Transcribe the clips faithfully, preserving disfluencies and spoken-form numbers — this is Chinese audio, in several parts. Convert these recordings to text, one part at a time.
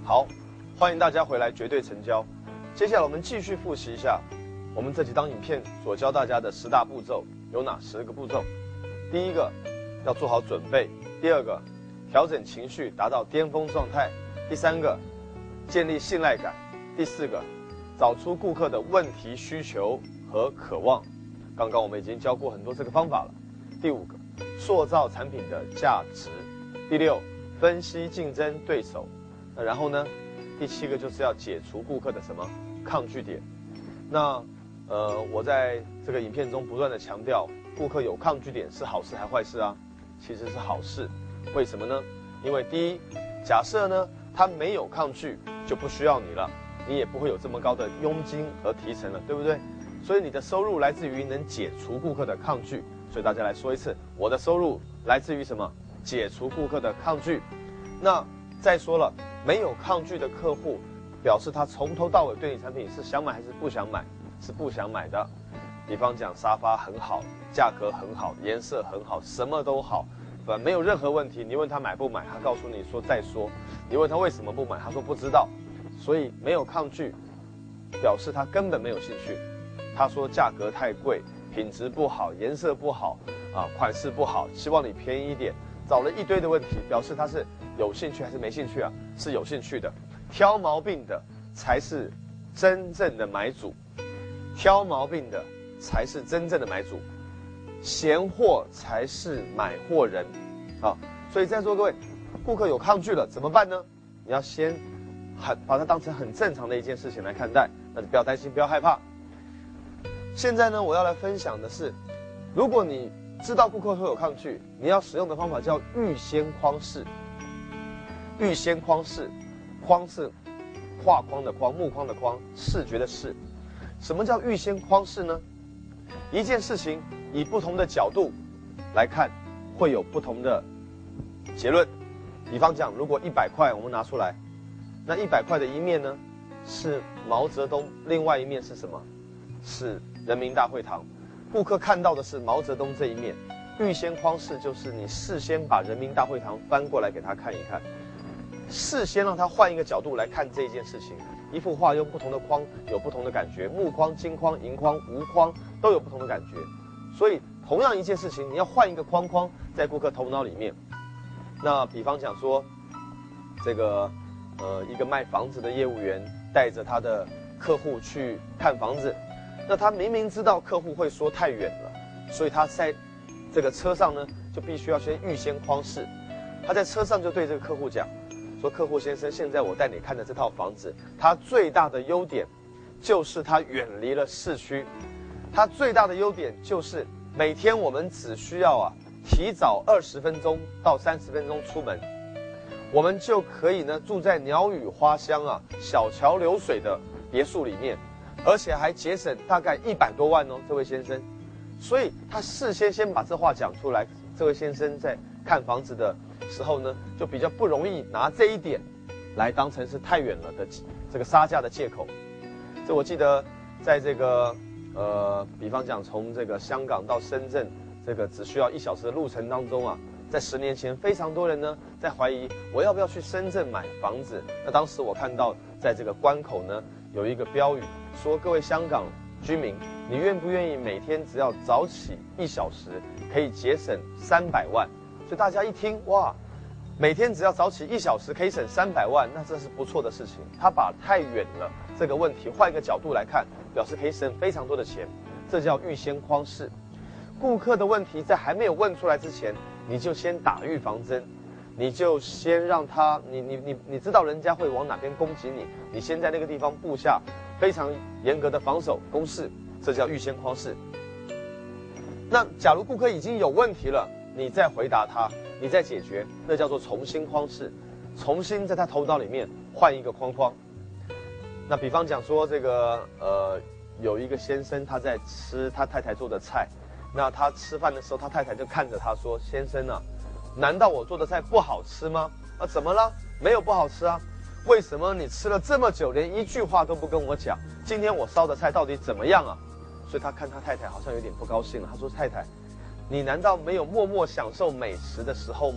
好，欢迎大家回来，绝对成交。接下来我们继续复习一下我们这几档影片所教大家的十大步骤有哪十个步骤。第一个，要做好准备；第二个，调整情绪，达到巅峰状态；第三个，建立信赖感；第四个，找出顾客的问题、需求和渴望。刚刚我们已经教过很多这个方法了。第五个，塑造产品的价值；第六，分析竞争对手。那然后呢，第七个就是要解除顾客的什么抗拒点。那呃，我在这个影片中不断的强调，顾客有抗拒点是好事还坏事啊？其实是好事。为什么呢？因为第一，假设呢他没有抗拒，就不需要你了，你也不会有这么高的佣金和提成了，对不对？所以你的收入来自于能解除顾客的抗拒。所以大家来说一次，我的收入来自于什么？解除顾客的抗拒。那再说了，没有抗拒的客户，表示他从头到尾对你产品是想买还是不想买？是不想买的。比方讲，沙发很好，价格很好，颜色很好，什么都好，反正没有任何问题。你问他买不买，他告诉你说再说。你问他为什么不买，他说不知道。所以没有抗拒，表示他根本没有兴趣。他说价格太贵，品质不好，颜色不好，啊，款式不好，希望你便宜一点，找了一堆的问题，表示他是有兴趣还是没兴趣啊？是有兴趣的。挑毛病的才是真正的买主，挑毛病的才是真正的买主，闲货才是买货人，啊，所以在座各位，顾客有抗拒了怎么办呢？你要先很把它当成很正常的一件事情来看待，那就不要担心，不要害怕。现在呢，我要来分享的是，如果你知道顾客会有抗拒，你要使用的方法叫预先框式。预先框式，框是画框的框，木框的框，视觉的视。什么叫预先框式呢？一件事情以不同的角度来看，会有不同的结论。比方讲，如果一百块我们拿出来，那一百块的一面呢是毛泽东，另外一面是什么？是人民大会堂。顾客看到的是毛泽东这一面。预先框式就是你事先把人民大会堂翻过来给他看一看，事先让他换一个角度来看这件事情。一幅画用不同的框有不同的感觉，木框、金框、银框、无框都有不同的感觉。所以同样一件事情，你要换一个框框在顾客头脑里面。那比方讲说，这个呃一个卖房子的业务员带着他的客户去看房子，那他明明知道客户会说太远了，所以他在这个车上呢就必须要先预先框式。他在车上就对这个客户讲说，客户先生，现在我带你看的这套房子，它最大的优点就是它远离了市区，它最大的优点就是每天我们只需要啊提早二十分钟到三十分钟出门，我们就可以呢住在鸟语花香啊、小桥流水的别墅里面，而且还节省大概一百多万哦，这位先生。所以他事先先把这话讲出来，这位先生在看房子的时候呢，就比较不容易拿这一点来当成是太远了的这个杀价的借口。这我记得在这个呃，比方讲从这个香港到深圳，这个只需要一小时的路程当中啊，在十年前非常多人呢在怀疑我要不要去深圳买房子。那当时我看到在这个关口呢有一个标语说，各位香港居民，你愿不愿意每天只要早起一小时，可以节省三百万？所以大家一听，哇，每天只要早起一小时可以省三百万，那这是不错的事情。他把太远了这个问题换一个角度来看，表示可以省非常多的钱，这叫预先框式。顾客的问题在还没有问出来之前，你就先打预防针，你就先让他，你你你你知道人家会往哪边攻击你，你先在那个地方布下非常严格的防守攻势，这叫预先框式。那假如顾客已经有问题了，你再回答他，你再解决，那叫做重新框式，重新在他头脑里面换一个框框。那比方讲说，这个呃有一个先生他在吃他太太做的菜，那他吃饭的时候，他太太就看着他说：“先生啊，难道我做的菜不好吃吗？啊，怎么了？没有不好吃啊。为什么你吃了这么久，连一句话都不跟我讲？今天我烧的菜到底怎么样啊？”所以他看他太太好像有点不高兴了。他说：“太太，你难道没有默默享受美食的时候吗？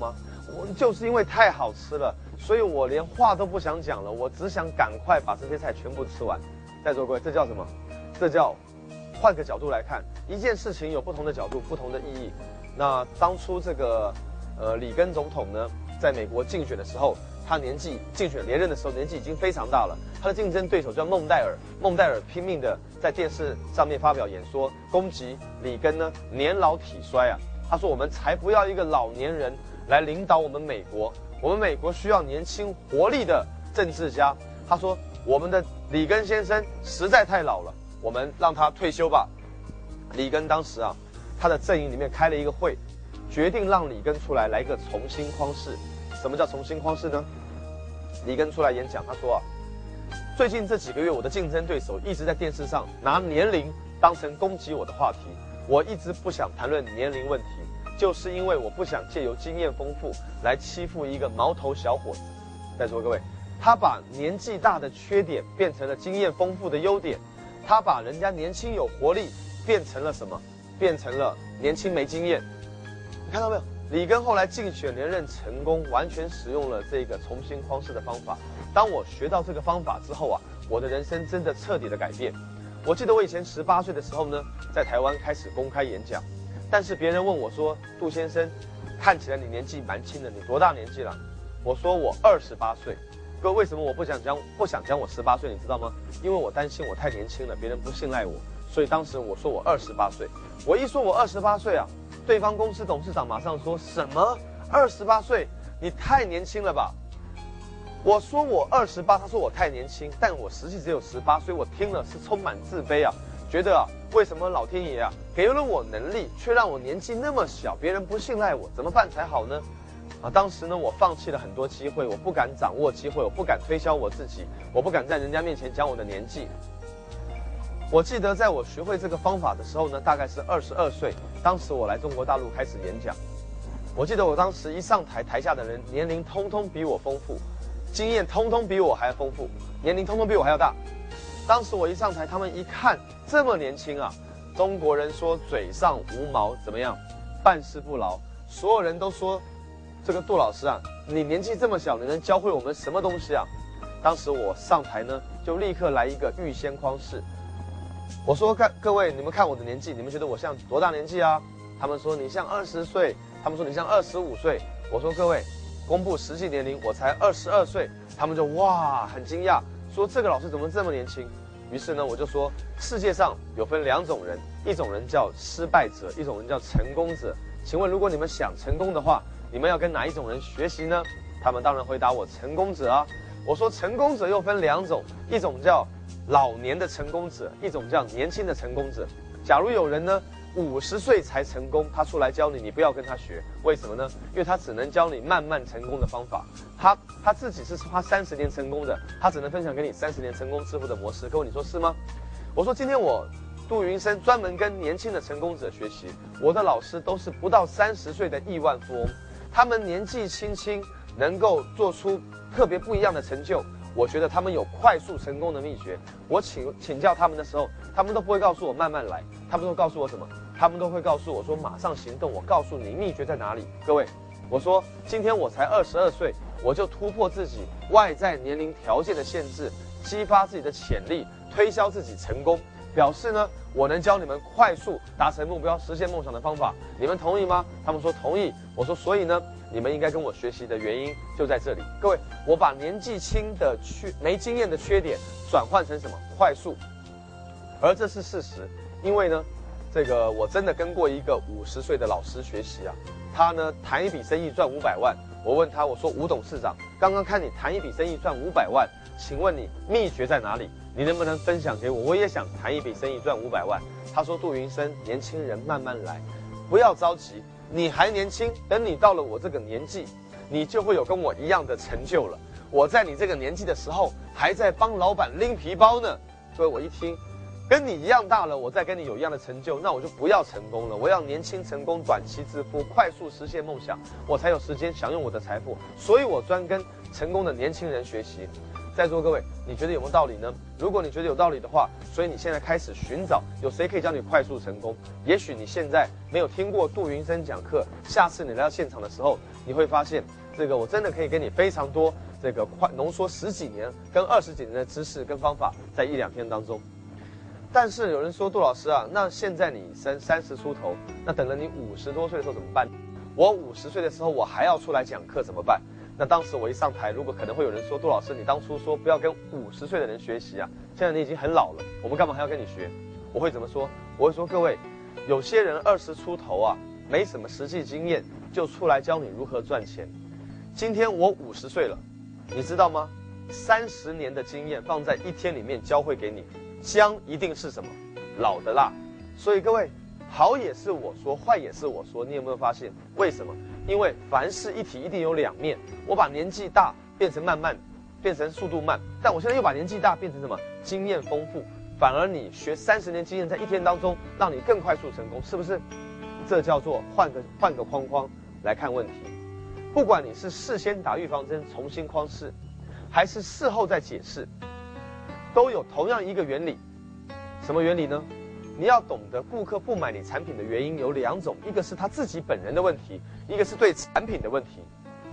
我就是因为太好吃了，所以我连话都不想讲了，我只想赶快把这些菜全部吃完。在座各位，这叫什么？这叫换个角度来看，一件事情有不同的角度，不同的意义。那当初这个呃里根总统呢，在美国竞选的时候，他年纪竞选连任的时候年纪已经非常大了，他的竞争对手叫孟戴尔，孟戴尔拼命的在电视上面发表演说，攻击里根呢年老体衰啊。他说我们才不要一个老年人来领导我们美国，我们美国需要年轻活力的政治家。他说我们的里根先生实在太老了，我们让他退休吧。里根当时啊，他的阵营里面开了一个会，决定让里根出来来一个重新匡士。什么叫重新匡士呢？里根出来演讲，他说啊，最近这几个月我的竞争对手一直在电视上拿年龄当成攻击我的话题，我一直不想谈论年龄问题，就是因为我不想借由经验丰富来欺负一个毛头小伙子。在座各位，他把年纪大的缺点变成了经验丰富的优点，他把人家年轻有活力变成了什么？变成了年轻没经验。你看到没有？里根后来竞选连任成功，完全使用了这个重新匡士的方法。当我学到这个方法之后啊，我的人生真的彻底的改变。我记得我以前十八岁的时候呢，在台湾开始公开演讲，但是别人问我说：“杜先生，看起来你年纪蛮轻的，你多大年纪了？”我说我二十八岁。各位，为什么我不想讲不想讲我十八岁？你知道吗？因为我担心我太年轻了，别人不信赖我，所以当时我说我二十八岁。我一说我二十八岁啊，对方公司董事长马上说什么二十八岁？你太年轻了吧？我说我二十八，他说我太年轻，但我实际只有十八，所以我听了是充满自卑啊，觉得啊，为什么老天爷啊给了我能力，却让我年纪那么小，别人不信赖我，怎么办才好呢？啊，当时呢，我放弃了很多机会，我不敢掌握机会，我不敢推销我自己，我不敢在人家面前讲我的年纪。我记得在我学会这个方法的时候呢，大概是二十二岁，当时我来中国大陆开始演讲。我记得我当时一上台，台下的人年龄通通比我丰富，经验通通比我还丰富，年龄通通比我还要大。当时我一上台，他们一看这么年轻啊，中国人说嘴上无毛，怎么样？办事不牢。所有人都说，这个杜老师啊，你年纪这么小，你能教会我们什么东西啊？当时我上台呢，就立刻来一个预先匡士。我说看各位，你们看我的年纪，你们觉得我像多大年纪啊？他们说你像二十岁，他们说你像二十五岁。我说各位，公布实际年龄，我才二十二岁。他们就哇很惊讶，说这个老师怎么这么年轻？于是呢，我就说世界上有分两种人，一种人叫失败者，一种人叫成功者。请问如果你们想成功的话，你们要跟哪一种人学习呢？他们当然回答我成功者啊。我说成功者又分两种，一种叫老年的成功者，一种叫年轻的成功者。假如有人呢五十岁才成功，他出来教你，你不要跟他学。为什么呢？因为他只能教你慢慢成功的方法，他他自己是花三十年成功的，他只能分享给你三十年成功致富的模式。各位，你说是吗？我说今天我杜云生专门跟年轻的成功者学习，我的老师都是不到三十岁的亿万富翁，他们年纪轻轻能够做出特别不一样的成就。我觉得他们有快速成功的秘诀。我请请教他们的时候，他们都不会告诉我慢慢来，他们都告诉我什么？他们都会告诉我说马上行动。我告诉你秘诀在哪里？各位，我说今天我才二十二岁，我就突破自己外在年龄条件的限制，激发自己的潜力，推销自己成功，表示呢我能教你们快速达成目标、实现梦想的方法。你们同意吗？他们说同意。我说所以呢，你们应该跟我学习的原因就在这里。各位，我把年纪轻的缺没经验的缺点转换成什么？快速。而这是事实，因为呢，这个我真的跟过一个五十岁的老师学习啊，他呢谈一笔生意赚五百万。我问他，我说吴董事长，刚刚看你谈一笔生意赚五百万，请问你秘诀在哪里？你能不能分享给我？我也想谈一笔生意赚五百万。他说杜云生，年轻人慢慢来，不要着急。你还年轻，等你到了我这个年纪，你就会有跟我一样的成就了。我在你这个年纪的时候，还在帮老板拎皮包呢。所以我一听，跟你一样大了，我再跟你有一样的成就，那我就不要成功了。我要年轻成功，短期致富，快速实现梦想，我才有时间享用我的财富。所以我专跟成功的年轻人学习。在座各位，你觉得有没有道理呢？如果你觉得有道理的话，所以你现在开始寻找有谁可以教你快速成功。也许你现在没有听过杜云生讲课，下次你来到现场的时候， 你会发现，这个我真的可以给你非常多这个快浓缩十几年跟二十几年的知识跟方法，在一两天当中。但是有人说，杜老师啊，那现在你三三十出头，那等了你五十多岁的时候怎么办？我五十岁的时候我还要出来讲课怎么办？那当时我一上台，如果可能会有人说，杜老师，你当初说不要跟五十岁的人学习啊，现在你已经很老了，我们干嘛还要跟你学？我会怎么说？我会说，各位，有些人二十出头啊，没什么实际经验，就出来教你如何赚钱。今天我五十岁了，你知道吗？三十年的经验放在一天里面教会给你，姜一定是什么？老的辣。所以各位，好也是我说，坏也是我说，你有没有发现？为什么？因为凡事一体一定有两面。我把年纪大变成慢慢，变成速度慢，但我现在又把年纪大变成什么？经验丰富。反而你学三十年经验，在一天当中让你更快速成功，是不是？这叫做换个换个框框来看问题。不管你是事先打预防针重新框试，还是事后再解释，都有同样一个原理。什么原理呢？你要懂得顾客不买你产品的原因有两种，一个是他自己本人的问题，一个是对产品的问题。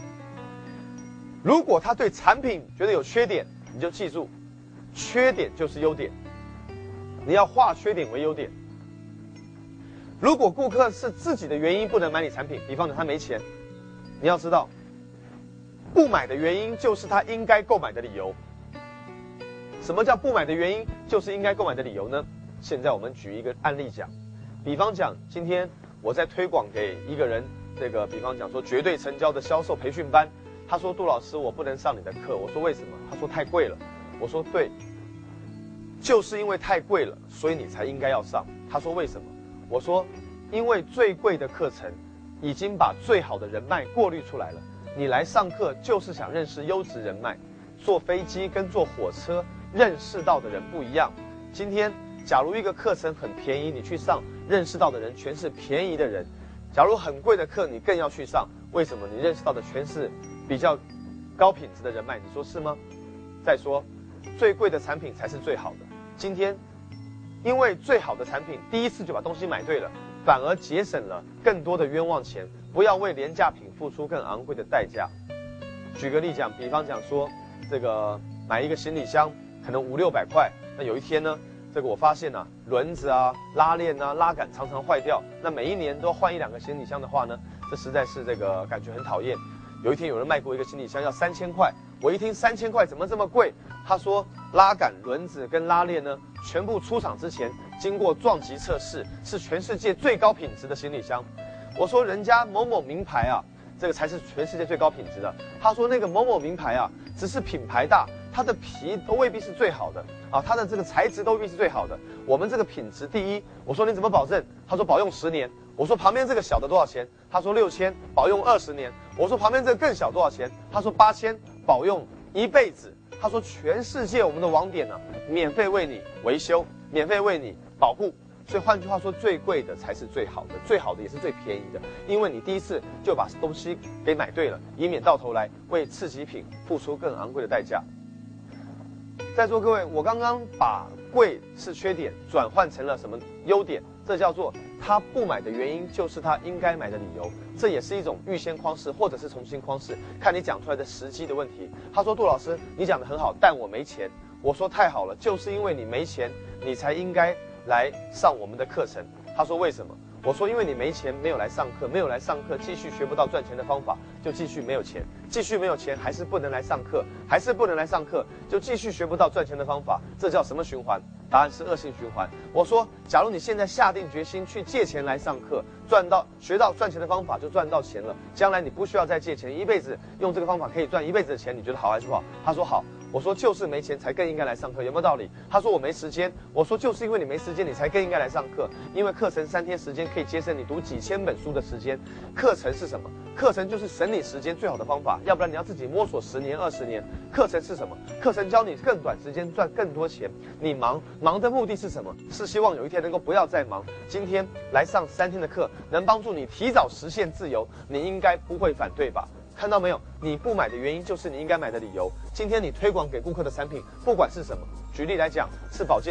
如果他对产品觉得有缺点，你就记住，缺点就是优点，你要化缺点为优点。如果顾客是自己的原因不能买你产品，比方说他没钱，你要知道，不买的原因就是他应该购买的理由。什么叫不买的原因就是应该购买的理由呢？现在我们举一个案例讲，比方讲，今天我在推广给一个人，这个比方讲说绝对成交的销售培训班，他说杜老师我不能上你的课，我说为什么？他说太贵了，我说对，就是因为太贵了，所以你才应该要上。他说为什么？我说因为最贵的课程已经把最好的人脉过滤出来了，你来上课就是想认识优质人脉。坐飞机跟坐火车认识到的人不一样。今天假如一个课程很便宜，你去上，认识到的人全是便宜的人。假如很贵的课，你更要去上，为什么？你认识到的全是比较高品质的人脉，你说是吗？再说，最贵的产品才是最好的。今天，因为最好的产品第一次就把东西买对了，反而节省了更多的冤枉钱。不要为廉价品付出更昂贵的代价。举个例讲，比方讲说，这个买一个行李箱可能五六百块，那有一天呢，这个我发现啊，轮子啊、拉链啊、拉杆常常坏掉，那每一年都换一两个行李箱的话呢，这实在是这个感觉很讨厌。有一天有人卖过一个行李箱要三千块，我一听三千块怎么这么贵？他说拉杆、轮子跟拉链呢，全部出厂之前经过撞击测试，是全世界最高品质的行李箱。我说人家某某名牌啊，这个才是全世界最高品质的。他说那个某某名牌啊，只是品牌大，它的皮都未必是最好的啊，它的这个材质都未必是最好的。我们这个品质第一。我说你怎么保证？他说保用十年。我说旁边这个小的多少钱？他说六千，保用二十年。我说旁边这个更小多少钱？他说八千，保用一辈子。他说全世界我们的网点呢、啊，免费为你维修，免费为你保护。所以换句话说，最贵的才是最好的，最好的也是最便宜的，因为你第一次就把东西给买对了，以免到头来为次级品付出更昂贵的代价。在座各位，我刚刚把贵是缺点转换成了什么优点？这叫做他不买的原因就是他应该买的理由，这也是一种预先框试或者是重新框试，看你讲出来的时机的问题。他说杜老师你讲得很好，但我没钱。我说太好了，就是因为你没钱，你才应该来上我们的课程。他说为什么？我说因为你没钱，没有来上课，没有来上课，继续学不到赚钱的方法，就继续没有钱，继续没有钱，还是不能来上课，还是不能来上课，就继续学不到赚钱的方法，这叫什么循环？答案是恶性循环。我说假如你现在下定决心去借钱来上课，赚到学到赚钱的方法，就赚到钱了，将来你不需要再借钱，一辈子用这个方法可以赚一辈子的钱，你觉得好还是不好？他说好。我说就是没钱才更应该来上课，有没有道理？他说我没时间。我说就是因为你没时间，你才更应该来上课，因为课程三天时间可以节省你读几千本书的时间。课程是什么？课程就是省你时间最好的方法，要不然你要自己摸索十年二十年。课程是什么？课程教你更短时间赚更多钱。你忙忙的目的是什么？是希望有一天能够不要再忙。今天来上三天的课，能帮助你提早实现自由，你应该不会反对吧？看到没有？你不买的原因就是你应该买的理由。今天你推广给顾客的产品，不管是什么，举例来讲是保健品，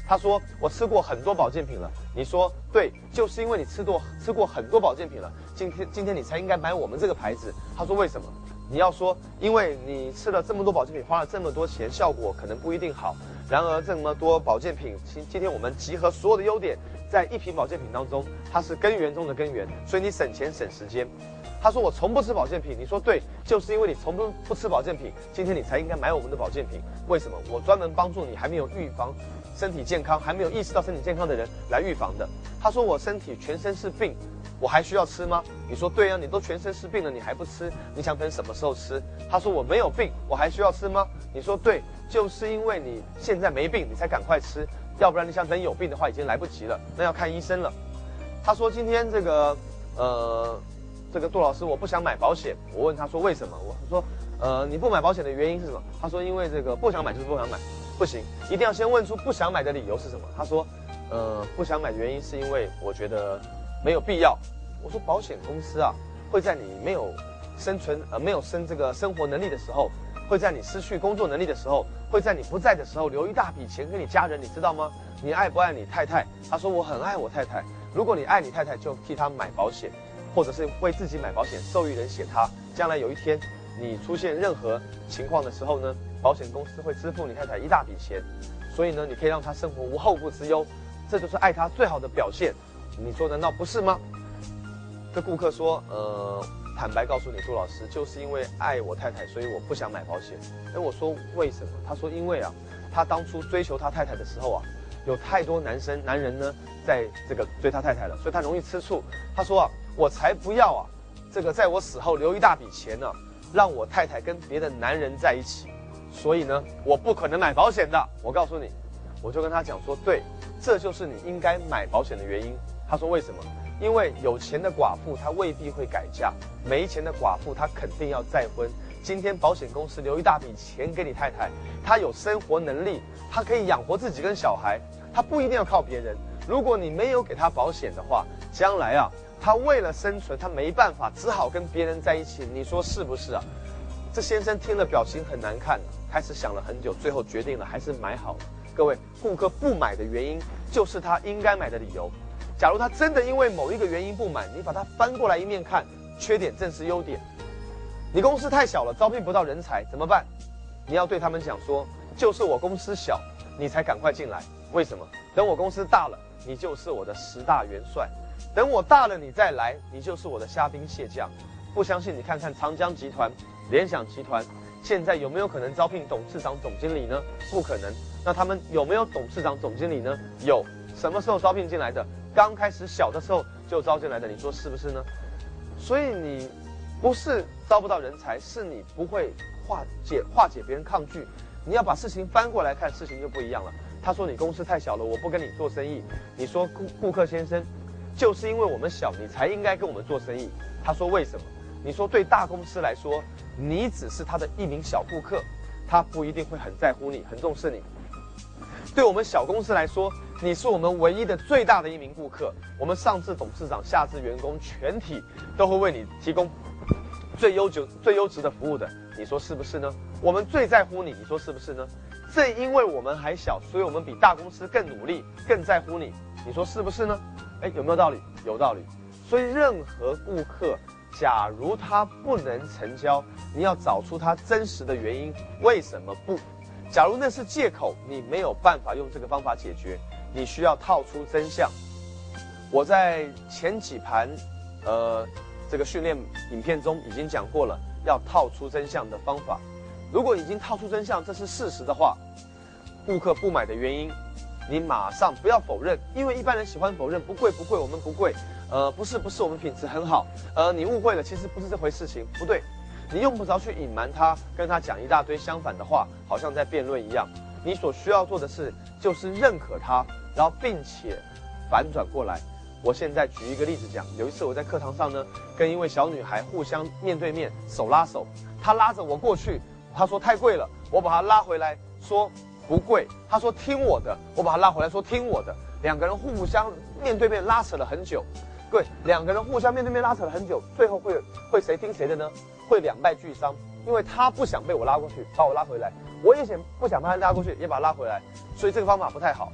他说我吃过很多保健品了。你说对，就是因为你吃过吃过很多保健品了，今天今天你才应该买我们这个牌子。他说为什么？你要说，因为你吃了这么多保健品，花了这么多钱，效果可能不一定好。然而这么多保健品，今今天我们集合所有的优点，在一瓶保健品当中，它是根源中的根源，所以你省钱省时间。他说我从不吃保健品，你说对，就是因为你从不不吃保健品，今天你才应该买我们的保健品。为什么？我专门帮助你还没有预防身体健康，还没有意识到身体健康的人来预防的。他说我身体全身是病，我还需要吃吗？你说对啊，你都全身是病了，你还不吃，你想等什么时候吃？他说我没有病，我还需要吃吗？你说对，就是因为你现在没病，你才赶快吃，要不然你想等有病的话已经来不及了，那要看医生了。他说今天这个呃这个杜老师我不想买保险，我问他说为什么？我说呃你不买保险的原因是什么？他说因为这个不想买就是不想买，不行，一定要先问出不想买的理由是什么。他说呃不想买的原因是因为我觉得没有必要。我说保险公司啊，会在你没有生存呃没有生这个生活能力的时候，会在你失去工作能力的时候，会在你不在的时候留一大笔钱给你家人，你知道吗？你爱不爱你太太？他说我很爱我太太。如果你爱你太太，就替她买保险，或者是为自己买保险，受益人写他。将来有一天你出现任何情况的时候呢，保险公司会支付你太太一大笔钱，所以呢，你可以让她生活无后顾之忧，这就是爱她最好的表现。你说难道不是吗？这顾客说，呃，坦白告诉你，杜老师，就是因为爱我太太，所以我不想买保险。哎，我说为什么？他说因为啊，他当初追求他太太的时候啊，有太多男生男人呢在这个追他太太了，所以他容易吃醋。他说啊，我才不要啊，这个在我死后留一大笔钱呢、啊，让我太太跟别的男人在一起，所以呢，我不可能买保险的。我告诉你，我就跟他讲说，对，这就是你应该买保险的原因。他说为什么？因为有钱的寡妇她未必会改嫁，没钱的寡妇她肯定要再婚。今天保险公司留一大笔钱给你太太，她有生活能力，她可以养活自己跟小孩，她不一定要靠别人。如果你没有给她保险的话，将来啊，她为了生存，她没办法，只好跟别人在一起。你说是不是啊？这先生听了表情很难看，开始想了很久，最后决定了还是买好了。各位，顾客不买的原因就是他应该买的理由。假如他真的因为某一个原因不买，你把它翻过来一面看，缺点正是优点。你公司太小了，招聘不到人才怎么办？你要对他们讲说，就是我公司小，你才赶快进来。为什么？等我公司大了，你就是我的十大元帅；等我大了，你再来，你就是我的虾兵蟹将。不相信你看看长江集团、联想集团，现在有没有可能招聘董事长、总经理呢？不可能。那他们有没有董事长、总经理呢？有。什么时候招聘进来的？刚开始小的时候就招进来的，你说是不是呢？所以你不是招不到人才，是你不会化解化解别人抗拒。你要把事情翻过来看，事情就不一样了。他说你公司太小了，我不跟你做生意。你说顾顾客先生，就是因为我们小，你才应该跟我们做生意。他说为什么？你说对大公司来说，你只是他的一名小顾客，他不一定会很在乎你，很重视你。对我们小公司来说，你是我们唯一的最大的一名顾客，我们上至董事长，下至员工，全体都会为你提供最优质、最优质的服务的。你说是不是呢？我们最在乎你，你说是不是呢？正因为我们还小，所以我们比大公司更努力，更在乎你。你说是不是呢？哎，有没有道理？有道理。所以任何顾客，假如他不能成交，你要找出他真实的原因，为什么不？假如那是借口，你没有办法用这个方法解决，你需要套出真相。我在前几盘，呃，这个训练影片中已经讲过了，要套出真相的方法。如果已经套出真相，这是事实的话，顾客不买的原因，你马上不要否认，因为一般人喜欢否认，不贵不贵，我们不贵，呃，不是不是，我们品质很好，呃，你误会了，其实不是这回事情，不对。你用不着去隐瞒他，跟他讲一大堆相反的话，好像在辩论一样。你所需要做的事就是认可他，然后并且反转过来。我现在举一个例子讲，有一次我在课堂上呢，跟一位小女孩互相面对面手拉手，她拉着我过去，她说太贵了，我把她拉回来说不贵，她说听我的，我把她拉回来说听我的，两个人互相面对面拉扯了很久。各位，两个人互相面对面拉扯了很久，最后会会谁听谁的呢？会两败俱伤，因为他不想被我拉过去，把我拉回来，我也想不想把他拉过去，也把他拉回来，所以这个方法不太好。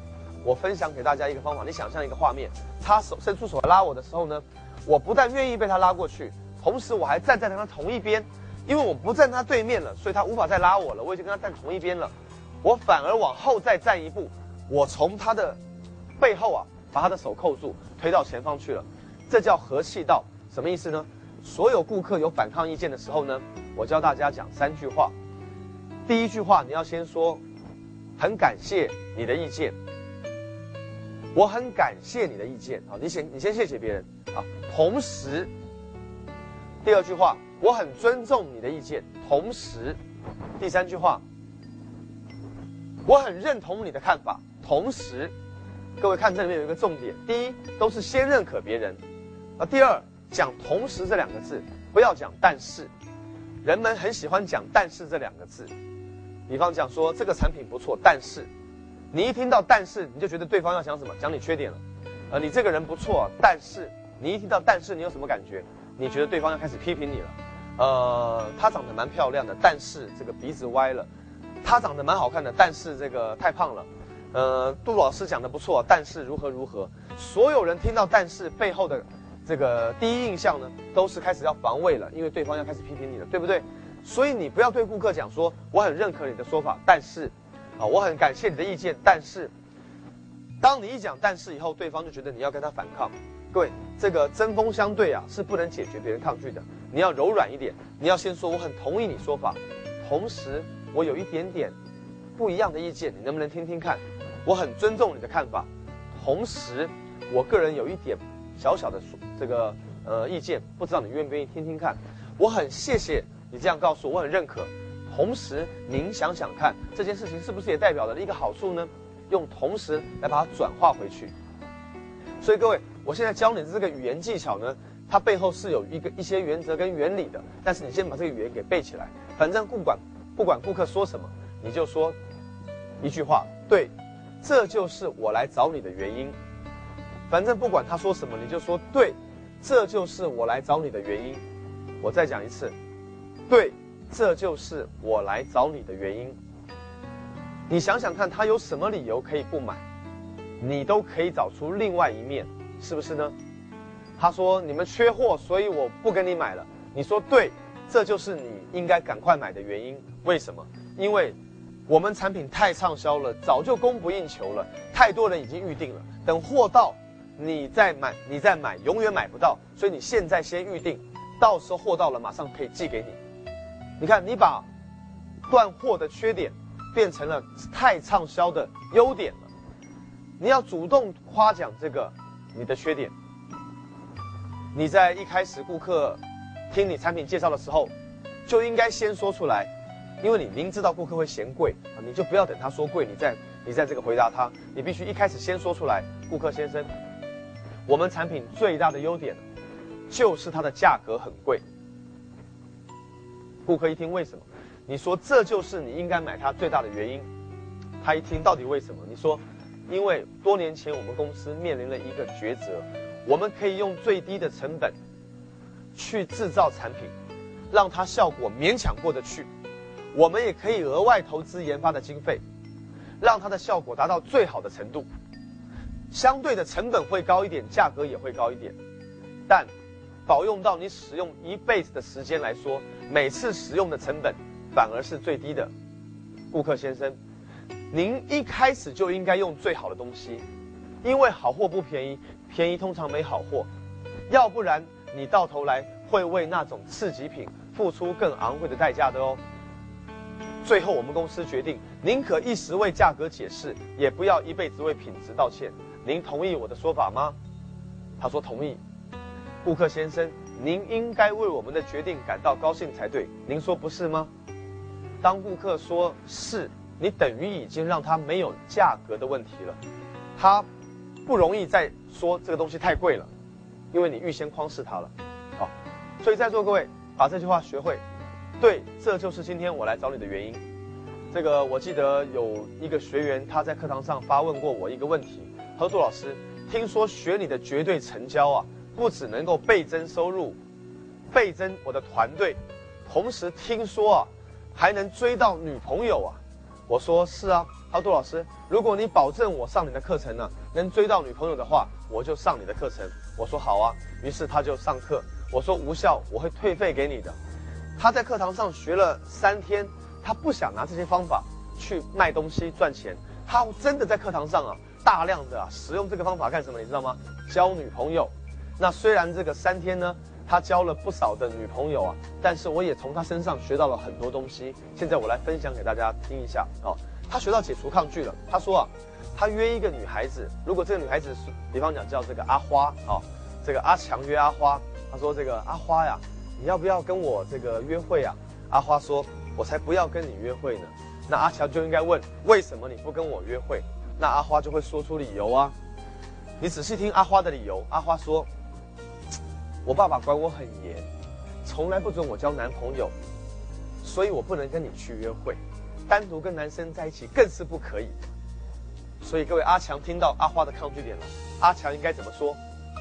我分享给大家一个方法，你想象一个画面，他手伸出手来拉我的时候呢，我不但愿意被他拉过去，同时我还站在他同一边，因为我不站他对面了，所以他无法再拉我了，我已经跟他站同一边了，我反而往后再站一步，我从他的背后啊，把他的手扣住，推到前方去了，这叫和气道。什么意思呢？所有顾客有反抗意见的时候呢，我教大家讲三句话。第一句话，你要先说很感谢你的意见，我很感谢你的意见啊，你先你先谢谢别人啊。同时，第二句话，我很尊重你的意见。同时，第三句话，我很认同你的看法。同时，各位看这里面有一个重点，第一都是先认可别人，啊，第二讲同时这两个字，不要讲但是，人们很喜欢讲但是这两个字。比方讲说这个产品不错，但是你一听到但是，你就觉得对方要讲什么？讲你缺点了。呃，你这个人不错，但是你一听到但是，你有什么感觉？你觉得对方要开始批评你了。呃，她长得蛮漂亮的，但是这个鼻子歪了；她长得蛮好看的，但是这个太胖了。呃，杜老师讲的不错，但是如何如何。所有人听到但是背后的这个第一印象呢，都是开始要防卫了，因为对方要开始批评你了，对不对？所以你不要对顾客讲说我很认可你的说法，但是啊，我很感谢你的意见，但是当你一讲但是以后，对方就觉得你要跟他反抗。各位，这个针锋相对啊，是不能解决别人抗拒的。你要柔软一点，你要先说我很同意你说法，同时我有一点点不一样的意见，你能不能听听看？我很尊重你的看法，同时我个人有一点小小的这个呃意见，不知道你愿不愿意听听看？我很谢谢你这样告诉我，我很认可。同时，您想想看，这件事情是不是也代表了一个好处呢？用同时来把它转化回去。所以各位，我现在教你的这个语言技巧呢，它背后是有一个一些原则跟原理的。但是你先把这个语言给背起来，反正不管不管顾客说什么，你就说一句话，对，这就是我来找你的原因。反正不管他说什么，你就说对，这就是我来找你的原因。我再讲一次，对，这就是我来找你的原因。你想想看，他有什么理由可以不买，你都可以找出另外一面，是不是呢？他说你们缺货，所以我不跟你买了。你说对，这就是你应该赶快买的原因。为什么？因为我们产品太畅销了，早就供不应求了，太多人已经预定了，等货到你再买，你再买永远买不到，所以你现在先预定，到时候货到了马上可以寄给你。你看，你把断货的缺点变成了太畅销的优点了。你要主动夸奖这个你的缺点。你在一开始顾客听你产品介绍的时候，就应该先说出来，因为你明知道顾客会嫌贵啊，你就不要等他说贵，你再你再这个回答他，你必须一开始先说出来，顾客先生，我们产品最大的优点就是它的价格很贵。顾客一听为什么？你说这就是你应该买它最大的原因。他一听到底为什么？你说，因为多年前我们公司面临了一个抉择，我们可以用最低的成本去制造产品，让它效果勉强过得去。我们也可以额外投资研发的经费，让它的效果达到最好的程度。相对的成本会高一点，价格也会高一点，但保用到你使用一辈子的时间来说，每次使用的成本反而是最低的。顾客先生，您一开始就应该用最好的东西，因为好货不便宜，便宜通常没好货，要不然你到头来会为那种次级品付出更昂贵的代价的哦。最后我们公司决定，宁可一时为价格解释，也不要一辈子为品质道歉。您同意我的说法吗？他说同意。顾客先生，您应该为我们的决定感到高兴才对，您说不是吗？当顾客说是，你等于已经让他没有价格的问题了，他不容易再说这个东西太贵了，因为你预先框示他了。好，所以在座各位把这句话学会，对，这就是今天我来找你的原因。这个我记得有一个学员他在课堂上发问过我一个问题，他说杜老师，听说学你的绝对成交啊，不只能够倍增收入，倍增我的团队，同时听说啊，还能追到女朋友啊， 我说是啊。他说杜老师，如果你保证我上你的课程呢、啊，能追到女朋友的话，我就上你的课程。我说好啊，于是他就上课。我说无效，我会退费给你的。他在课堂上学了三天，他不想拿这些方法去卖东西赚钱，他真的在课堂上啊，大量的啊使用这个方法干什么？你知道吗？交女朋友。那虽然这个三天呢，他交了不少的女朋友啊，但是我也从他身上学到了很多东西。现在我来分享给大家听一下哦。他学到解除抗拒了。他说啊，他约一个女孩子，如果这个女孩子是，比方讲叫这个阿花哦，这个阿强约阿花，他说这个阿花呀，你要不要跟我这个约会啊？阿花说，我才不要跟你约会呢。那阿强就应该问，为什么你不跟我约会？那阿花就会说出理由啊。你仔细听阿花的理由，阿花说，我爸爸管我很严，从来不准我交男朋友，所以我不能跟你去约会。单独跟男生在一起更是不可以。所以各位，阿强听到阿花的抗拒点了，阿强应该怎么说？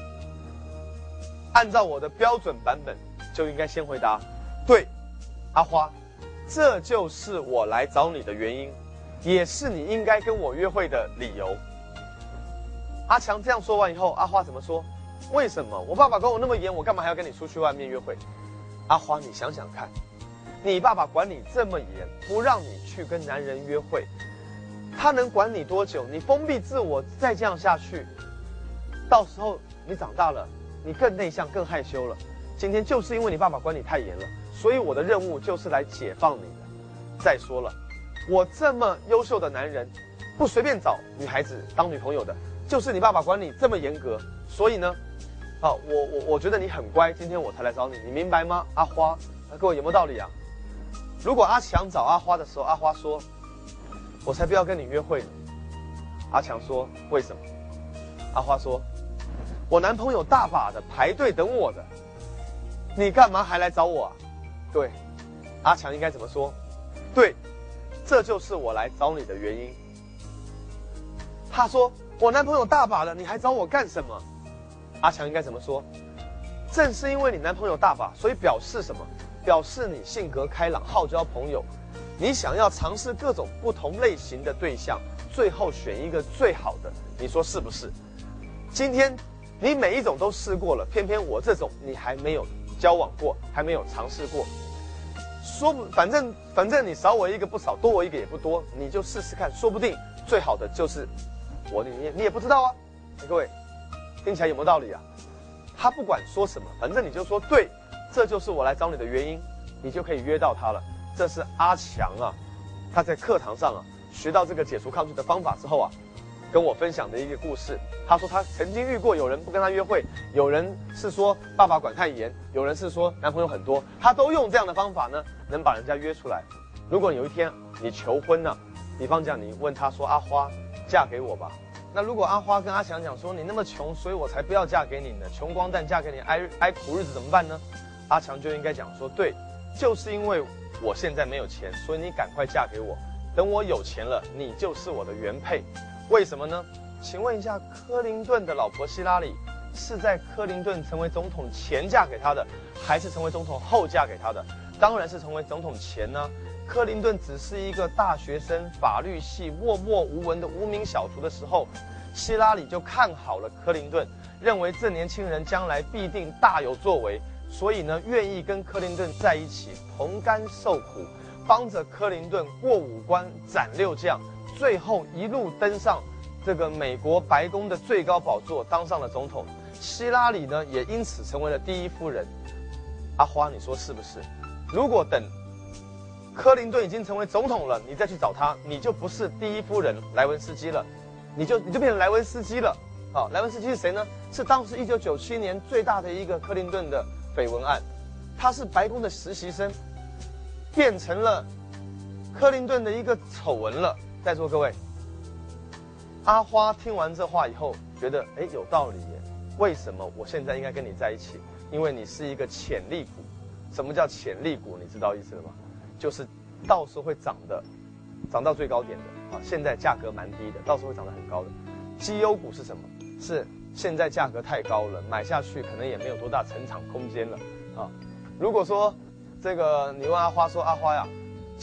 按照我的标准版本，就应该先回答：对，阿花，这就是我来找你的原因，也是你应该跟我约会的理由。阿强这样说完以后，阿花怎么说？为什么？我爸爸管我那么严，我干嘛还要跟你出去外面约会？阿花，你想想看。你爸爸管你这么严，不让你去跟男人约会，他能管你多久？你封闭自我，再这样下去，到时候你长大了，你更内向、更害羞了。今天就是因为你爸爸管你太严了，所以我的任务就是来解放你的。再说了，我这么优秀的男人，不随便找女孩子当女朋友的，就是你爸爸管你这么严格。所以呢，啊，我我我觉得你很乖，今天我才来找你，你明白吗？阿花，各位有没有道理啊？如果阿强找阿花的时候，阿花说：“我才不要跟你约会呢。”阿强说：“为什么？”阿花说：“我男朋友大把的排队等我的，你干嘛还来找我啊？”对，阿强应该怎么说？对，这就是我来找你的原因。他说：“我男朋友大把的，你还找我干什么？”阿强应该怎么说？正是因为你男朋友大把，所以表示什么？表示你性格开朗，好交朋友，你想要尝试各种不同类型的对象，最后选一个最好的，你说是不是？今天你每一种都试过了，偏偏我这种你还没有交往过，还没有尝试过。说不，反正反正你少我一个不少，多我一个也不多，你就试试看，说不定最好的就是我，你你你也不知道啊。各位，听起来有没有道理啊？他不管说什么，反正你就说对。这就是我来找你的原因，你就可以约到他了。这是阿强啊，他在课堂上啊学到这个解除抗拒的方法之后啊，跟我分享的一个故事。他说他曾经遇过有人不跟他约会，有人是说爸爸管太严，有人是说男朋友很多，他都用这样的方法呢，能把人家约出来。如果有一天你求婚呢、啊，比方讲你问他说阿花，嫁给我吧。那如果阿花跟阿强讲说你那么穷，所以我才不要嫁给你呢，穷光蛋嫁给你挨挨苦日子怎么办呢？阿强就应该讲说，对，就是因为我现在没有钱，所以你赶快嫁给我。等我有钱了，你就是我的原配。为什么呢？请问一下，克林顿的老婆希拉里是在克林顿成为总统前嫁给他的，还是成为总统后嫁给他的？当然是成为总统前呢、啊。克林顿只是一个大学生，法律系默默无闻的无名小卒的时候，希拉里就看好了克林顿，认为这年轻人将来必定大有作为。所以呢，愿意跟克林顿在一起，同甘受苦，帮着克林顿过五关斩六将，最后一路登上这个美国白宫的最高宝座，当上了总统。希拉里呢，也因此成为了第一夫人。阿花，你说是不是？如果等克林顿已经成为总统了，你再去找他，你就不是第一夫人莱文斯基了，你就你就变成莱文斯基了。好，莱文斯基是谁呢？是当时一九九七年最大的一个克林顿的绯闻案，他是白宫的实习生，变成了克林顿的一个丑闻了。在座各位，阿花听完这话以后，觉得哎有道理耶。为什么我现在应该跟你在一起？因为你是一个潜力股。什么叫潜力股？你知道意思了吗？就是到时候会涨的，涨到最高点的啊。现在价格蛮低的，到时候会涨得很高的。绩优股是什么？是现在价格太高了，买下去可能也没有多大成长空间了啊。如果说这个你问阿花说阿花呀，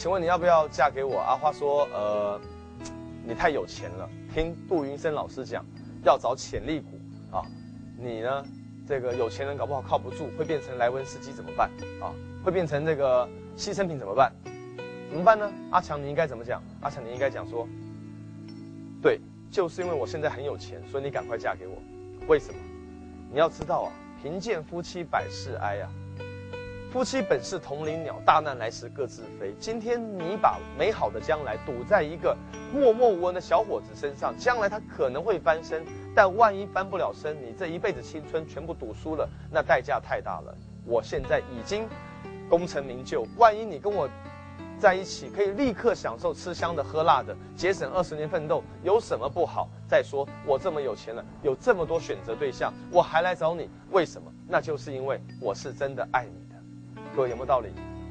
请问你要不要嫁给我？阿花说，呃，你太有钱了。听杜云生老师讲，要找潜力股啊。你呢，这个有钱人搞不好靠不住，会变成莱温斯基怎么办啊？会变成这个牺牲品怎么办？怎么办呢？阿强，你应该怎么讲？阿强，你应该讲说，对，就是因为我现在很有钱，所以你赶快嫁给我。为什么？你要知道啊，贫贱夫妻百事哀啊。夫妻本是同林鸟，大难来时各自飞。今天你把美好的将来赌在一个默默无闻的小伙子身上，将来他可能会翻身，但万一翻不了身，你这一辈子青春全部赌输了，那代价太大了。我现在已经功成名就，万一你跟我在一起，可以立刻享受吃香的喝辣的，节省二十年奋斗，有什么不好？再说我这么有钱了，有这么多选择对象，我还来找你，为什么？那就是因为我是真的爱你的。各位有没有道理？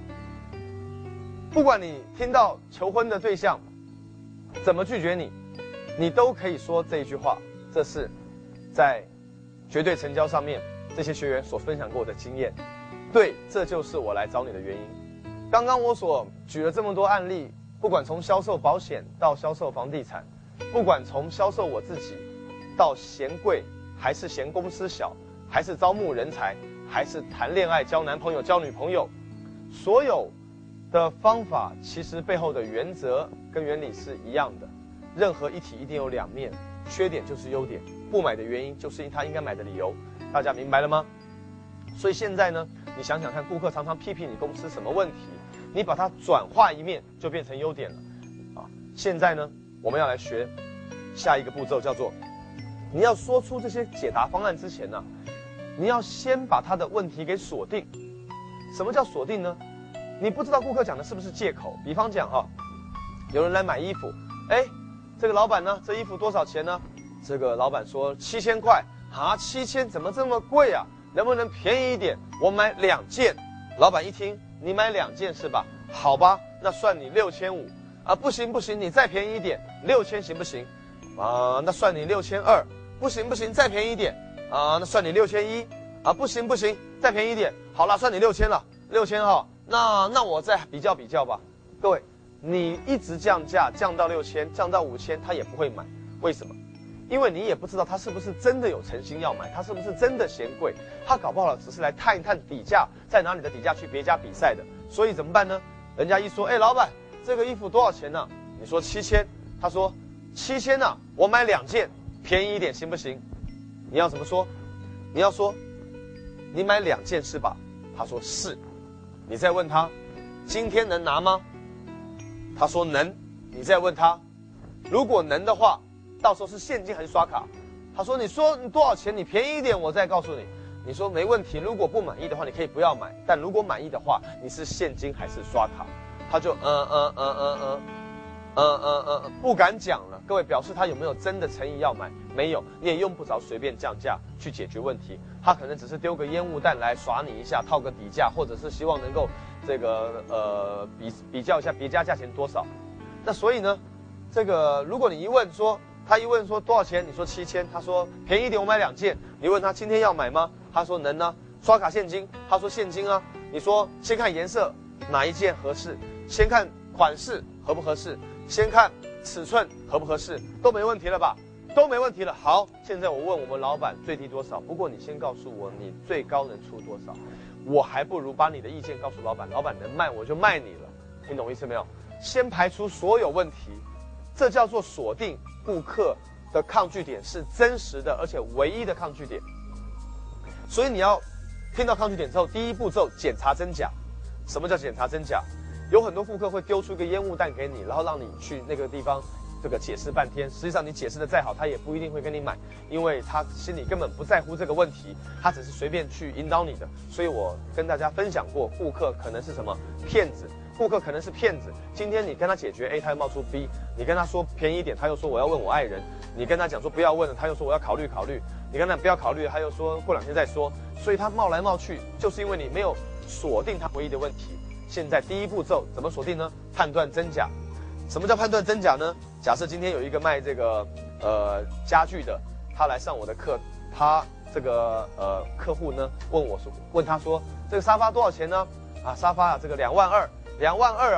不管你听到求婚的对象怎么拒绝你，你都可以说这一句话。这是在绝对成交上面这些学员所分享过的经验。对，这就是我来找你的原因。刚刚我所举了这么多案例，不管从销售保险到销售房地产，不管从销售我自己到嫌贵，还是嫌公司小，还是招募人才，还是谈恋爱、交男朋友、交女朋友，所有的方法其实背后的原则跟原理是一样的。任何一体一定有两面，缺点就是优点，不买的原因就是他应该买的理由。大家明白了吗？所以现在呢，你想想看，顾客常常批评你公司什么问题，你把它转化一面，就变成优点了。啊，现在呢，我们要来学下一个步骤，叫做你要说出这些解答方案之前呢、啊。你要先把他的问题给锁定。什么叫锁定呢？你不知道顾客讲的是不是借口。比方讲啊，有人来买衣服，哎，这个老板呢，这衣服多少钱呢？这个老板说七千块啊，七千怎么这么贵啊？能不能便宜一点？我买两件。老板一听，你买两件是吧？好吧，那算你六千五啊。不行不行，你再便宜一点，六千行不行？啊，那算你六千二。不行不行，再便宜一点。啊，那算你六千一啊，不行不行，再便宜一点，好了，算你六千了，六千哈，那那我再比较比较吧。各位，你一直降价，降到六千，降到五千，他也不会买，为什么？因为你也不知道他是不是真的有诚心要买，他是不是真的嫌贵，他搞不好只是来探一探底价，再拿你的底价去别家比赛的。所以怎么办呢？人家一说，哎，老板，这个衣服多少钱呢？你说七千，他说七千呢，我买两件，便宜一点行不行？你要怎么说？你要说，你买两件是吧？他说是。你再问他，今天能拿吗？他说能。你再问他，如果能的话，到时候是现金还是刷卡？他说你说你多少钱？你便宜一点，我再告诉你。你说没问题。如果不满意的话，你可以不要买。但如果满意的话，你是现金还是刷卡？他就嗯嗯嗯嗯嗯。嗯嗯嗯，不敢讲了。各位，表示他有没有真的诚意要买？没有，你也用不着随便降价去解决问题。他可能只是丢个烟雾弹来耍你一下，套个底价，或者是希望能够这个呃比比较一下别家价钱多少。那所以呢，这个如果你一问说，他一问说多少钱，你说七千，他说便宜一点，我买两件。你问他今天要买吗？他说能啊。刷卡现金？他说现金啊。你说先看颜色，哪一件合适？先看款式合不合适？先看尺寸合不合适，都没问题了吧？都没问题了。好，现在我问我们老板最低多少？不过你先告诉我你最高能出多少，我还不如把你的意见告诉老板，老板能卖我就卖你了。听懂意思没有？先排除所有问题，这叫做锁定顾客的抗拒点是真实的，而且唯一的抗拒点。所以你要听到抗拒点之后，第一步骤检查真假。什么叫检查真假？有很多顾客会丢出一个烟雾弹给你，然后让你去那个地方这个解释半天。实际上你解释的再好，他也不一定会跟你买，因为他心里根本不在乎这个问题，他只是随便去引导你的。所以我跟大家分享过，顾客可能是什么骗子，顾客可能是骗子。今天你跟他解决 A， 他又冒出 B， 你跟他说便宜一点，他又说我要问我爱人，你跟他讲说不要问了，他又说我要考虑考虑，你跟他不要考虑，他又说过两天再说。所以他冒来冒去，就是因为你没有锁定他唯一的问题。现在第一步骤怎么锁定呢？判断真假。什么叫判断真假呢？假设今天有一个卖这个呃家具的，他来上我的课，他这个呃客户呢问我说，问他说这个沙发多少钱呢？啊，沙发啊这个两万二，两万二啊，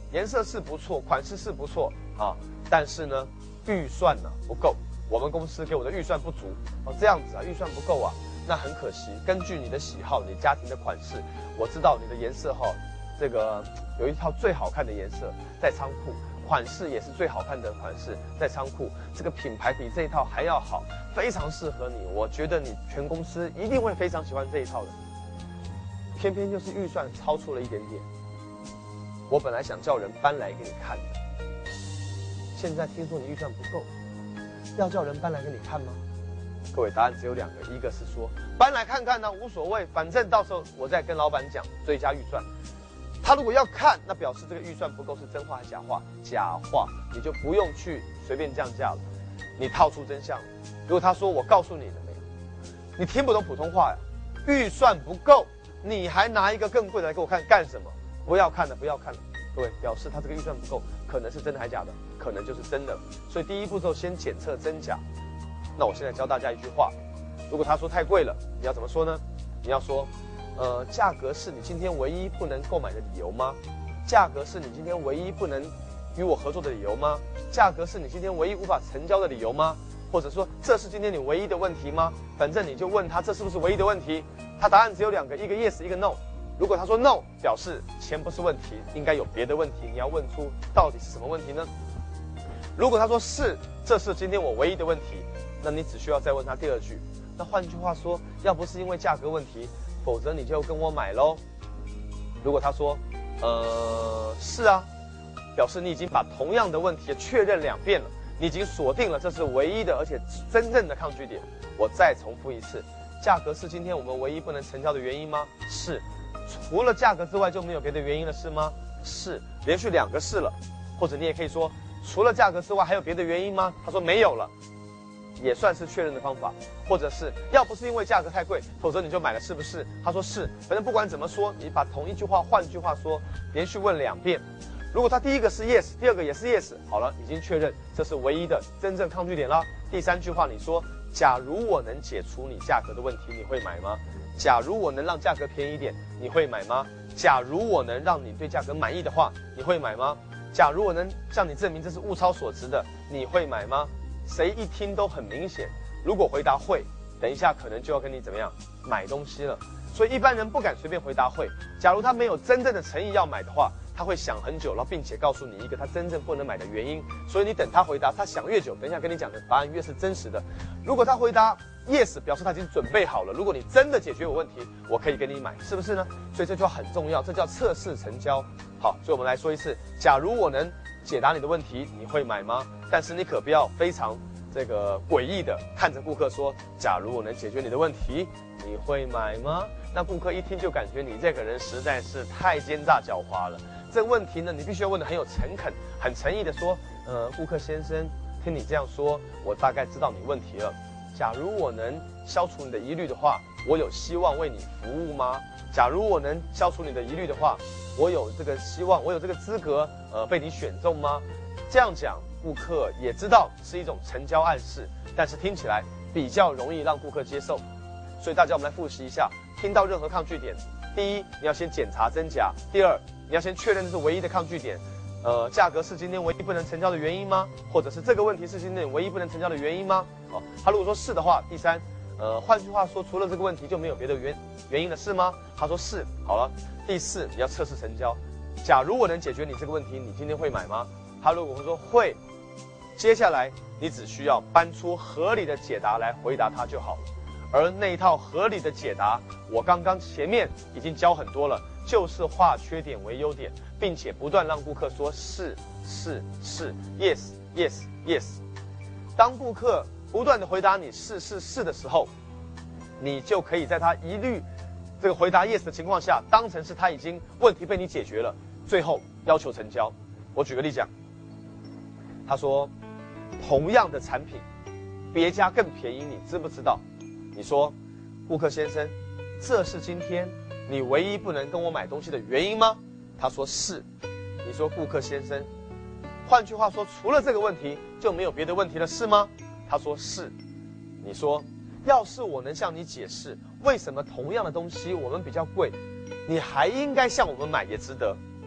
颜色是不错，款式是不错啊，但是呢，预算呢不够，我们公司给我的预算不足哦，这样子啊，预算不够啊，那很可惜。根据你的喜好，你家庭的款式，我知道你的颜色哈，这个有一套最好看的颜色在仓库，款式也是最好看的款式在仓库，这个品牌比这一套还要好，非常适合你，我觉得你全公司一定会非常喜欢这一套的。偏偏就是预算超出了一点点，我本来想叫人搬来给你看的，现在听说你预算不够，要叫人搬来给你看吗？各位，答案只有两个，一个是说搬来看看呢，无所谓，反正到时候我再跟老板讲追加预算。他如果要看，那表示这个预算不够是真话还是假话？假话，你就不用去随便降价了，你套出真相。如果他说我告诉你了没有，你听不懂普通话呀，预算不够。你还拿一个更贵的来给我看干什么？不要看了，不要看了。各位，表示他这个预算不够，可能是真的还假的，可能就是真的。所以第一步骤先检测真假。那我现在教大家一句话：如果他说太贵了，你要怎么说呢？你要说，呃，价格是你今天唯一不能购买的理由吗？价格是你今天唯一不能与我合作的理由吗？价格是你今天唯一无法成交的理由吗？或者说这是今天你唯一的问题吗？反正你就问他这是不是唯一的问题。他答案只有两个，一个 yes， 一个 no。如果他说 no， 表示钱不是问题，应该有别的问题。你要问出到底是什么问题呢？如果他说是，这是今天我唯一的问题，那你只需要再问他第二句。那换句话说，要不是因为价格问题，否则你就跟我买喽。如果他说，呃，是啊，表示你已经把同样的问题确认两遍了，你已经锁定了这是唯一的而且真正的抗拒点。我再重复一次。价格是今天我们唯一不能成交的原因吗？是。除了价格之外就没有别的原因了是吗？是。连续两个是了。或者你也可以说，除了价格之外还有别的原因吗？他说没有了，也算是确认的方法。或者是要不是因为价格太贵，否则你就买了是不是？他说是。反正不管怎么说，你把同一句话换句话说，连续问两遍。如果他第一个是 yes， 第二个也是 yes， 好了，已经确认这是唯一的真正抗拒点了。第三句话你说，假如我能解除你价格的问题，你会买吗？假如我能让价格便宜一点，你会买吗？假如我能让你对价格满意的话，你会买吗？假如我能向你证明这是物超所值的，你会买吗？谁一听都很明显，如果回答会，等一下可能就要跟你怎么样买东西了。所以一般人不敢随便回答会。假如他没有真正的诚意要买的话，他会想很久，然后并且告诉你一个他真正不能买的原因。所以你等他回答，他想越久，等一下跟你讲的答案越是真实的。如果他回答 yes， 表示他已经准备好了。如果你真的解决我问题，我可以给你买，是不是呢？所以这句话很重要，这叫测试成交。好，所以我们来说一次：假如我能解答你的问题，你会买吗？但是你可不要非常这个诡异的看着顾客说：假如我能解决你的问题，你会买吗？那顾客一听就感觉你这个人实在是太奸诈狡猾了。这个问题呢，你必须要问得很有诚恳、很诚意的说：呃，顾客先生，听你这样说，我大概知道你问题了。假如我能消除你的疑虑的话，我有希望为你服务吗？假如我能消除你的疑虑的话，我有这个希望，我有这个资格，呃，被你选中吗？这样讲，顾客也知道是一种成交暗示，但是听起来比较容易让顾客接受。所以大家我们来复习一下，听到任何抗拒点，第一，你要先检查真假；第二，你要先确认这是唯一的抗拒点。呃，价格是今天唯一不能成交的原因吗？或者是这个问题是今天唯一不能成交的原因吗？哦，他如果说是的话，第三，呃，换句话说，除了这个问题就没有别的原原因了，是吗？他说是。好了，第四，你要测试成交。假如我能解决你这个问题，你今天会买吗？他如果说会，接下来你只需要搬出合理的解答来回答他就好了。而那一套合理的解答，我刚刚前面已经教很多了，就是化缺点为优点，并且不断让顾客说是是是 yes yes yes。当顾客不断的回答你是是是的时候，你就可以在他一律这个回答 yes 的情况下，当成是他已经问题被你解决了，最后要求成交。我举个例讲，他说同样的产品，别家更便宜，你知不知道？你说，顾客先生，这是今天你唯一不能跟我买东西的原因吗？他说是。你说，顾客先生，换句话说，除了这个问题就没有别的问题了，是吗？他说是。你说，要是我能向你解释为什么同样的东西我们比较贵，你还应该向我们买也值得。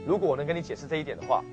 如果我能跟你解释这一点的话，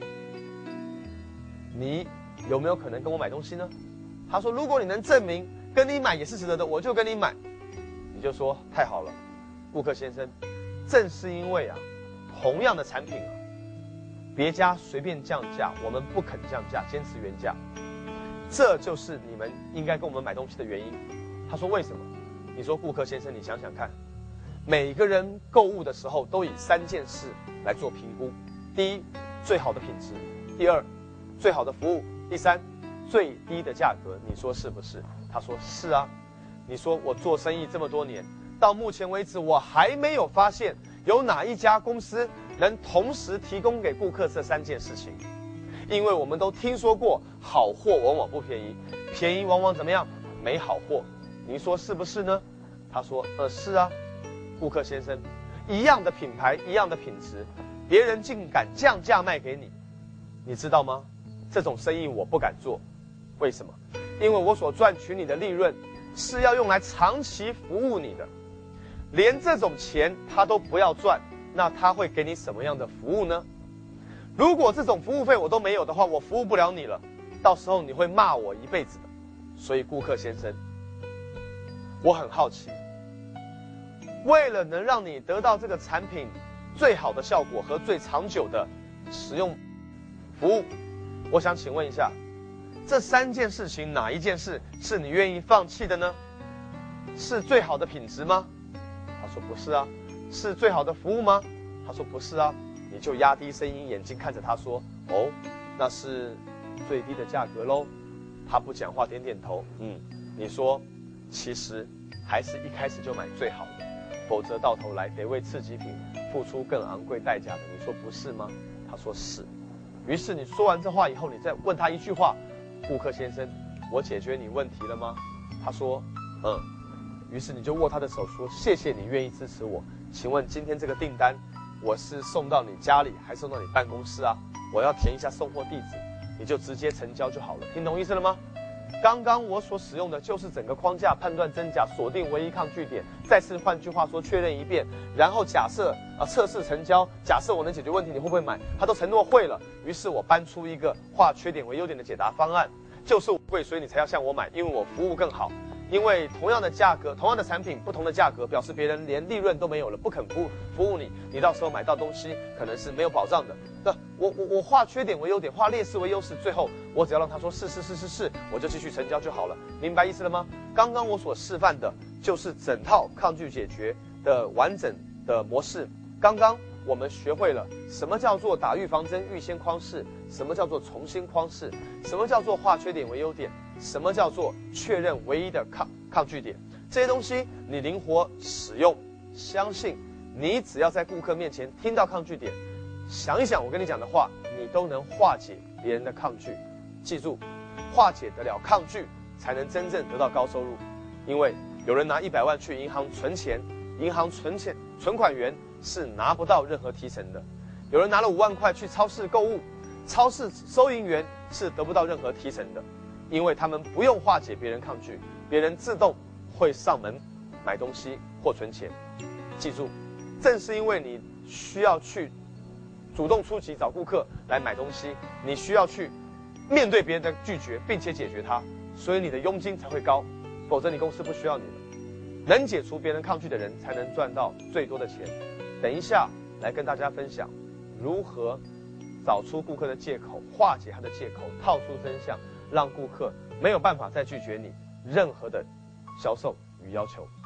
你有没有可能跟我买东西呢？他说，如果你能证明跟你买也是值得的，我就跟你买。你就说太好了，顾客先生，正是因为啊，同样的产品啊，别家随便降价，我们不肯降价，坚持原价，这就是你们应该跟我们买东西的原因。他说为什么？你说顾客先生，你想想看，每个人购物的时候都以三件事来做评估：第一，最好的品质；第二，最好的服务；第三，最低的价格。你说是不是？他说是啊。你说我做生意这么多年，到目前为止我还没有发现有哪一家公司能同时提供给顾客这三件事情。因为我们都听说过，好货往往不便宜，便宜往往怎么样？没好货。您说是不是呢？他说呃是啊。顾客先生，一样的品牌，一样的品质，别人竟敢降价卖给你，你知道吗？这种生意我不敢做。为什么？因为我所赚取你的利润是要用来长期服务你的，连这种钱他都不要赚，那他会给你什么样的服务呢？如果这种服务费我都没有的话，我服务不了你了，到时候你会骂我一辈子的。所以顾客先生，我很好奇，为了能让你得到这个产品最好的效果和最长久的使用服务，我想请问一下，这三件事情哪一件事是你愿意放弃的呢？是最好的品质吗？他说不是啊。是最好的服务吗？他说不是啊。你就压低声音，眼睛看着他说，哦，那是最低的价格咯。他不讲话，点点头。嗯，你说其实还是一开始就买最好的，否则到头来得为次级品付出更昂贵代价的。你说不是吗？他说是。于是你说完这话以后，你再问他一句话，顾客先生，我解决你问题了吗？他说嗯。于是你就握他的手说，谢谢你愿意支持我，请问今天这个订单我是送到你家里还是送到你办公室啊？我要填一下送货地址，你就直接成交就好了。听懂意思了吗？刚刚我所使用的就是整个框架，判断真假，锁定唯一抗拒点，再次换句话说确认一遍，然后假设啊、呃、测试成交，假设我能解决问题，你会不会买？他都承诺会了，于是我搬出一个化缺点为优点的解答方案，就是我贵，所以你才要向我买，因为我服务更好。因为同样的价格，同样的产品，不同的价格，表示别人连利润都没有了，不肯服服务你，你到时候买到东西可能是没有保障的。那我我我化缺点为优点，化劣势为优势，最后我只要让他说是是是是是，我就继续成交就好了。明白意思了吗？刚刚我所示范的就是整套抗拒解决的完整的模式。刚刚我们学会了什么叫做打预防针，预先框试，什么叫做重新框试，什么叫做化缺点为优点，什么叫做确认唯一的抗抗拒点。这些东西你灵活使用，相信你只要在顾客面前听到抗拒点，想一想我跟你讲的话，你都能化解别人的抗拒。记住，化解得了抗拒，才能真正得到高收入。因为有人拿一百万去银行存钱，银行存钱存款员是拿不到任何提成的。有人拿了五万块去超市购物，超市收银员是得不到任何提成的，因为他们不用化解别人抗拒，别人自动会上门买东西或存钱。记住，正是因为你需要去主动出击找顾客来买东西，你需要去面对别人的拒绝并且解决它，所以你的佣金才会高，否则你公司不需要你了。能解除别人抗拒的人才能赚到最多的钱。等一下来跟大家分享如何找出顾客的借口，化解他的借口，套出真相，让顾客没有办法再拒绝你任何的销售与要求。